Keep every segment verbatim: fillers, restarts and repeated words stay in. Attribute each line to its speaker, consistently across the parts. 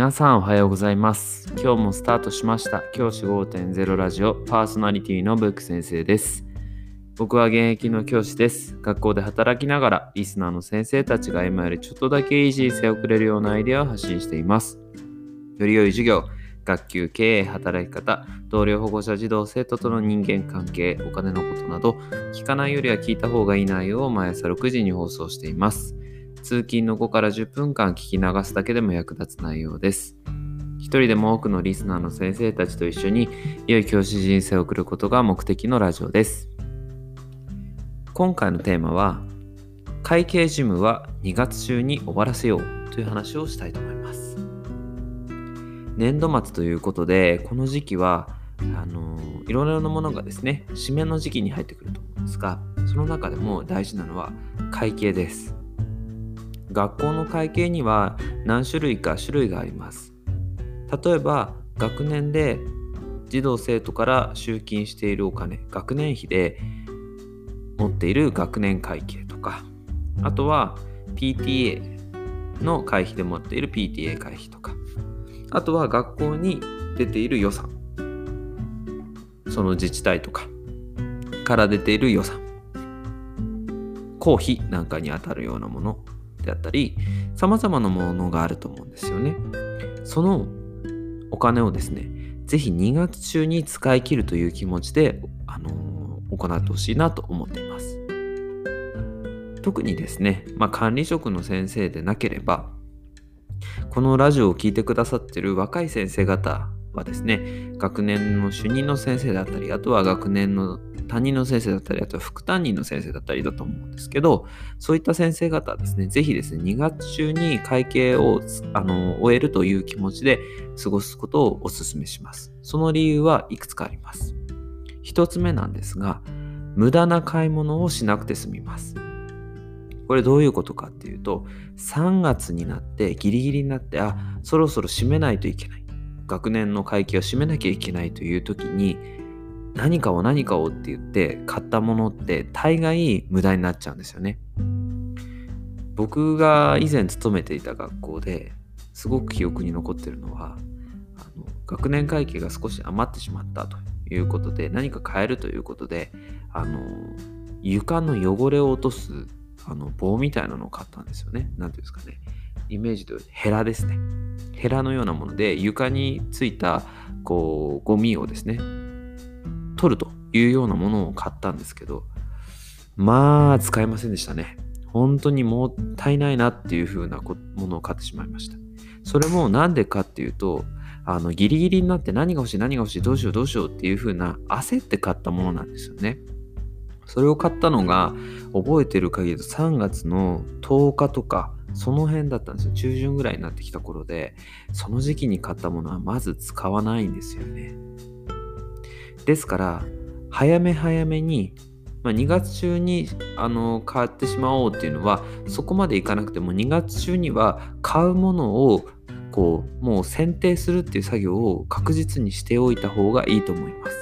Speaker 1: 皆さんおはようございます。今日もスタートしました教師 ごてんゼロ ラジオパーソナリティのブック先生です。僕は現役の教師です。学校で働きながらリスナーの先生たちが今よりちょっとだけいい人生を送れるようなアイデアを発信しています。より良い授業、学級経営、働き方、同僚保護者児童生徒との人間関係、お金のことなど聞かないよりは聞いた方がいい内容を毎朝ろくじに放送しています。通勤のごからじゅっぷんかん聞き流すだけでも役立つ内容です。一人でも多くのリスナーの先生たちと一緒に良い教師人生を送ることが目的のラジオです。今回のテーマは、会計事務はにがつ中に終わらせようという話をしたいと思います。年度末ということで、この時期はあのいろいろなものがですね、締めの時期に入ってくると思うんですが、その中でも大事なのは会計です。学校の会計には何種類か種類があります。例えば学年で児童生徒から集金しているお金、学年費で持っている学年会計とか、あとは ピーティーエー の会費で持っている ピーティーエー 会費とか、あとは学校に出ている予算、その自治体とかから出ている予算、公費なんかに当たるようなものであったり、様々なものがあると思うんですよね。そのお金をですね、ぜひにがつ中に使い切るという気持ちで、あのー、行ってほしいなと思っています。特にですね、まあ、管理職の先生でなければ、このラジオを聞いてくださっている若い先生方はですね、学年の主任の先生だったり、あとは学年の担任の先生だったり、あとは副担任の先生だったりだと思うんですけど、そういった先生方はですね、ぜひですね、にがつ中に会計をあの終えるという気持ちで過ごすことをお勧めします。その理由はいくつかあります。一つ目なんですが、無駄な買い物をしなくて済みます。これどういうことかっていうと、さんがつになってギリギリになって、あ、そろそろ締めないといけない。学年の会計を締めなきゃいけないという時に、何かを何かをって言って買ったものって大概無駄になっちゃうんですよね。僕が以前勤めていた学校ですごく記憶に残ってるのは、あの学年会計が少し余ってしまったということで、何か買えるということで、あの床の汚れを落とすあの棒みたいなのを買ったんですよね。なんていうんですかね、イメージというとヘラですね。ヘラのようなもので床についたこうゴミをですね取るというようなものを買ったんですけど、まあ使えませんでしたね。本当にもったいないなっていう風なものを買ってしまいました。それもなんでかっていうと、あのギリギリになって何が欲しい何が欲しいどうしようどうしようっていう風な焦って買ったものなんですよね。それを買ったのが覚えてる限りさんがつのとおかとかその辺だったんですよ。中旬ぐらいになってきた頃で、その時期に買ったものはまず使わないんですよね。ですから早め早めに、まあ、にがつ中にあの買ってしまおうっていうのは、そこまでいかなくてもにがつ中には買うものをこうもう選定するっていう作業を確実にしておいた方がいいと思います。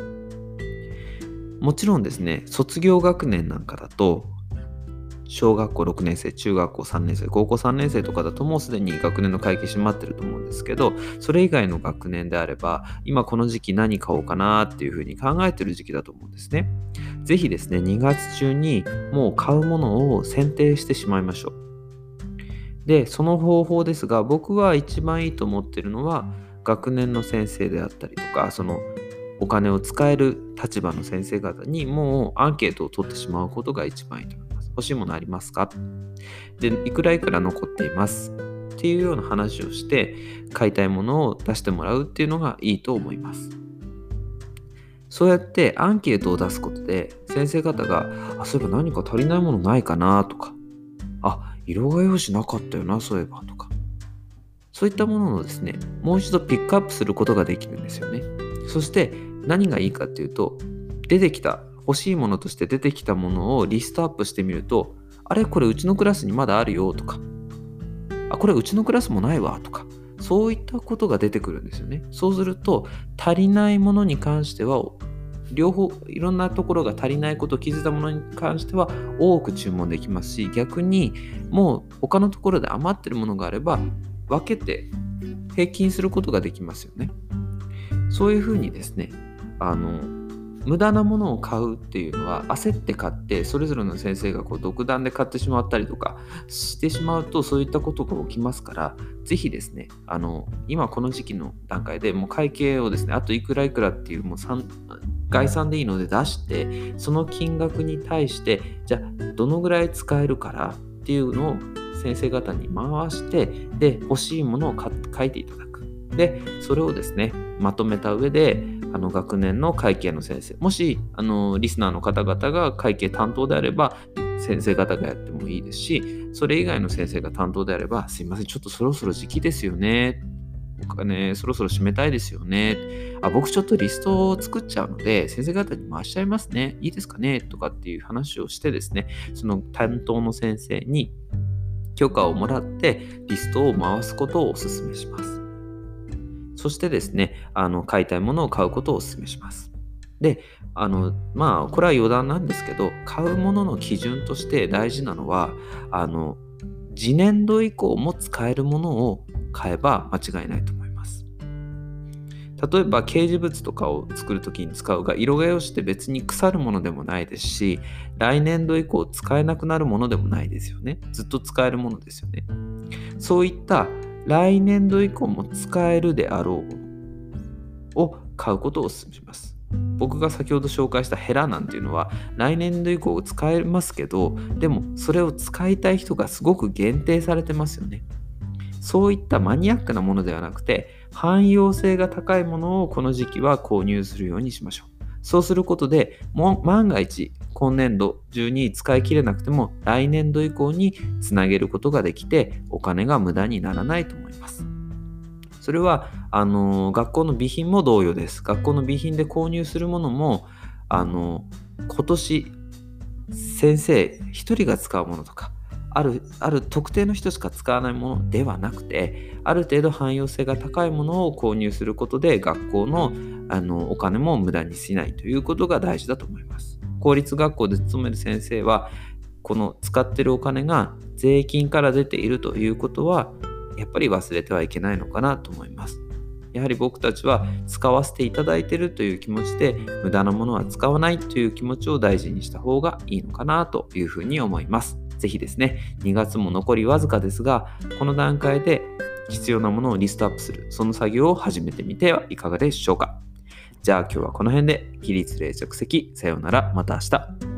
Speaker 1: もちろんですね、卒業学年なんかだと小学校ろくねん生、中学校さんねん生、高校さんねん生とかだともうすでに学年の会計閉まってると思うんですけど、それ以外の学年であれば、今この時期何買おうかなっていうふうに考えてる時期だと思うんですね。ぜひですね、にがつ中にもう買うものを選定してしまいましょう。で、その方法ですが、僕は一番いいと思ってるのは、学年の先生であったりとか、そのお金を使える立場の先生方にもうアンケートを取ってしまうことが一番いいと思います。欲しいものありますか？で、いくらいくら残っていますっていうような話をして、買いたいものを出してもらうっていうのがいいと思います。そうやってアンケートを出すことで、先生方が、あ、そういえば何か足りないものないかなとか、あ、色画用紙なかったよな、そういえばとか、そういったものをですね、もう一度ピックアップすることができるんですよね。そして何がいいかっていうと、出てきた欲しいものとして出てきたものをリストアップしてみると、あれこれうちのクラスにまだあるよとか、あ、これうちのクラスもないわとか、そういったことが出てくるんですよね。そうすると足りないものに関しては両方いろんなところが足りないことを気づいたものに関しては多く注文できますし、逆にもう他のところで余ってるものがあれば分けて平均することができますよね。そういうふうにですね、あの無駄なものを買うっていうのは、焦って買ってそれぞれの先生がこう独断で買ってしまったりとかしてしまうと、そういったことが起きますから、ぜひですね、あの今この時期の段階でもう会計をですね、あといくらいくらっていうもう概算でいいので出して、その金額に対してじゃあどのぐらい使えるからっていうのを先生方に回して、で欲しいものを書いていただく。でそれをですねまとめた上で、あの学年の会計の先生、もしあのリスナーの方々が会計担当であれば先生方がやってもいいですし、それ以外の先生が担当であれば、すいませんちょっとそろそろ時期ですよね、お金そろそろ締めたいですよね、あ僕ちょっとリストを作っちゃうので先生方に回しちゃいますね、いいですかねとかっていう話をしてですね、その担当の先生に許可をもらってリストを回すことをお勧めします。そしてですね、あの買いたいものを買うことをお勧めします。で、あのまあこれは余談なんですけど、買うものの基準として大事なのは、あの次年度以降も使えるものを買えば間違いないと思います。例えば掲示物とかを作るときに使うが、色画用紙って別に腐るものでもないですし、来年度以降使えなくなるものでもないですよね。ずっと使えるものですよね。そういった来年度以降も使えるであろうものを買うことをお勧めします。僕が先ほど紹介したヘラなんていうのは来年度以降使えますけど、でもそれを使いたい人がすごく限定されてますよね。そういったマニアックなものではなくて、汎用性が高いものをこの時期は購入するようにしましょう。そうすることで、も万が一今年度中に使い切れなくても来年度以降につなげることができて、お金が無駄にならないと思います。それはあの学校の備品も同様です。学校の備品で購入するものも、あの今年先生一人が使うものとか、ある、ある特定の人しか使わないものではなくて、ある程度汎用性が高いものを購入することで学校の、あのお金も無駄にしないということが大事だと思います。公立学校で勤める先生は、この使っているお金が税金から出ているということはやっぱり忘れてはいけないのかなと思います。やはり僕たちは使わせていただいているという気持ちで、無駄なものは使わないという気持ちを大事にした方がいいのかなというふうに思います。ぜひですね、にがつも残りわずかですが、この段階で必要なものをリストアップする、その作業を始めてみてはいかがでしょうか。じゃあ今日はこの辺で。起立例着席、さようなら、また明日。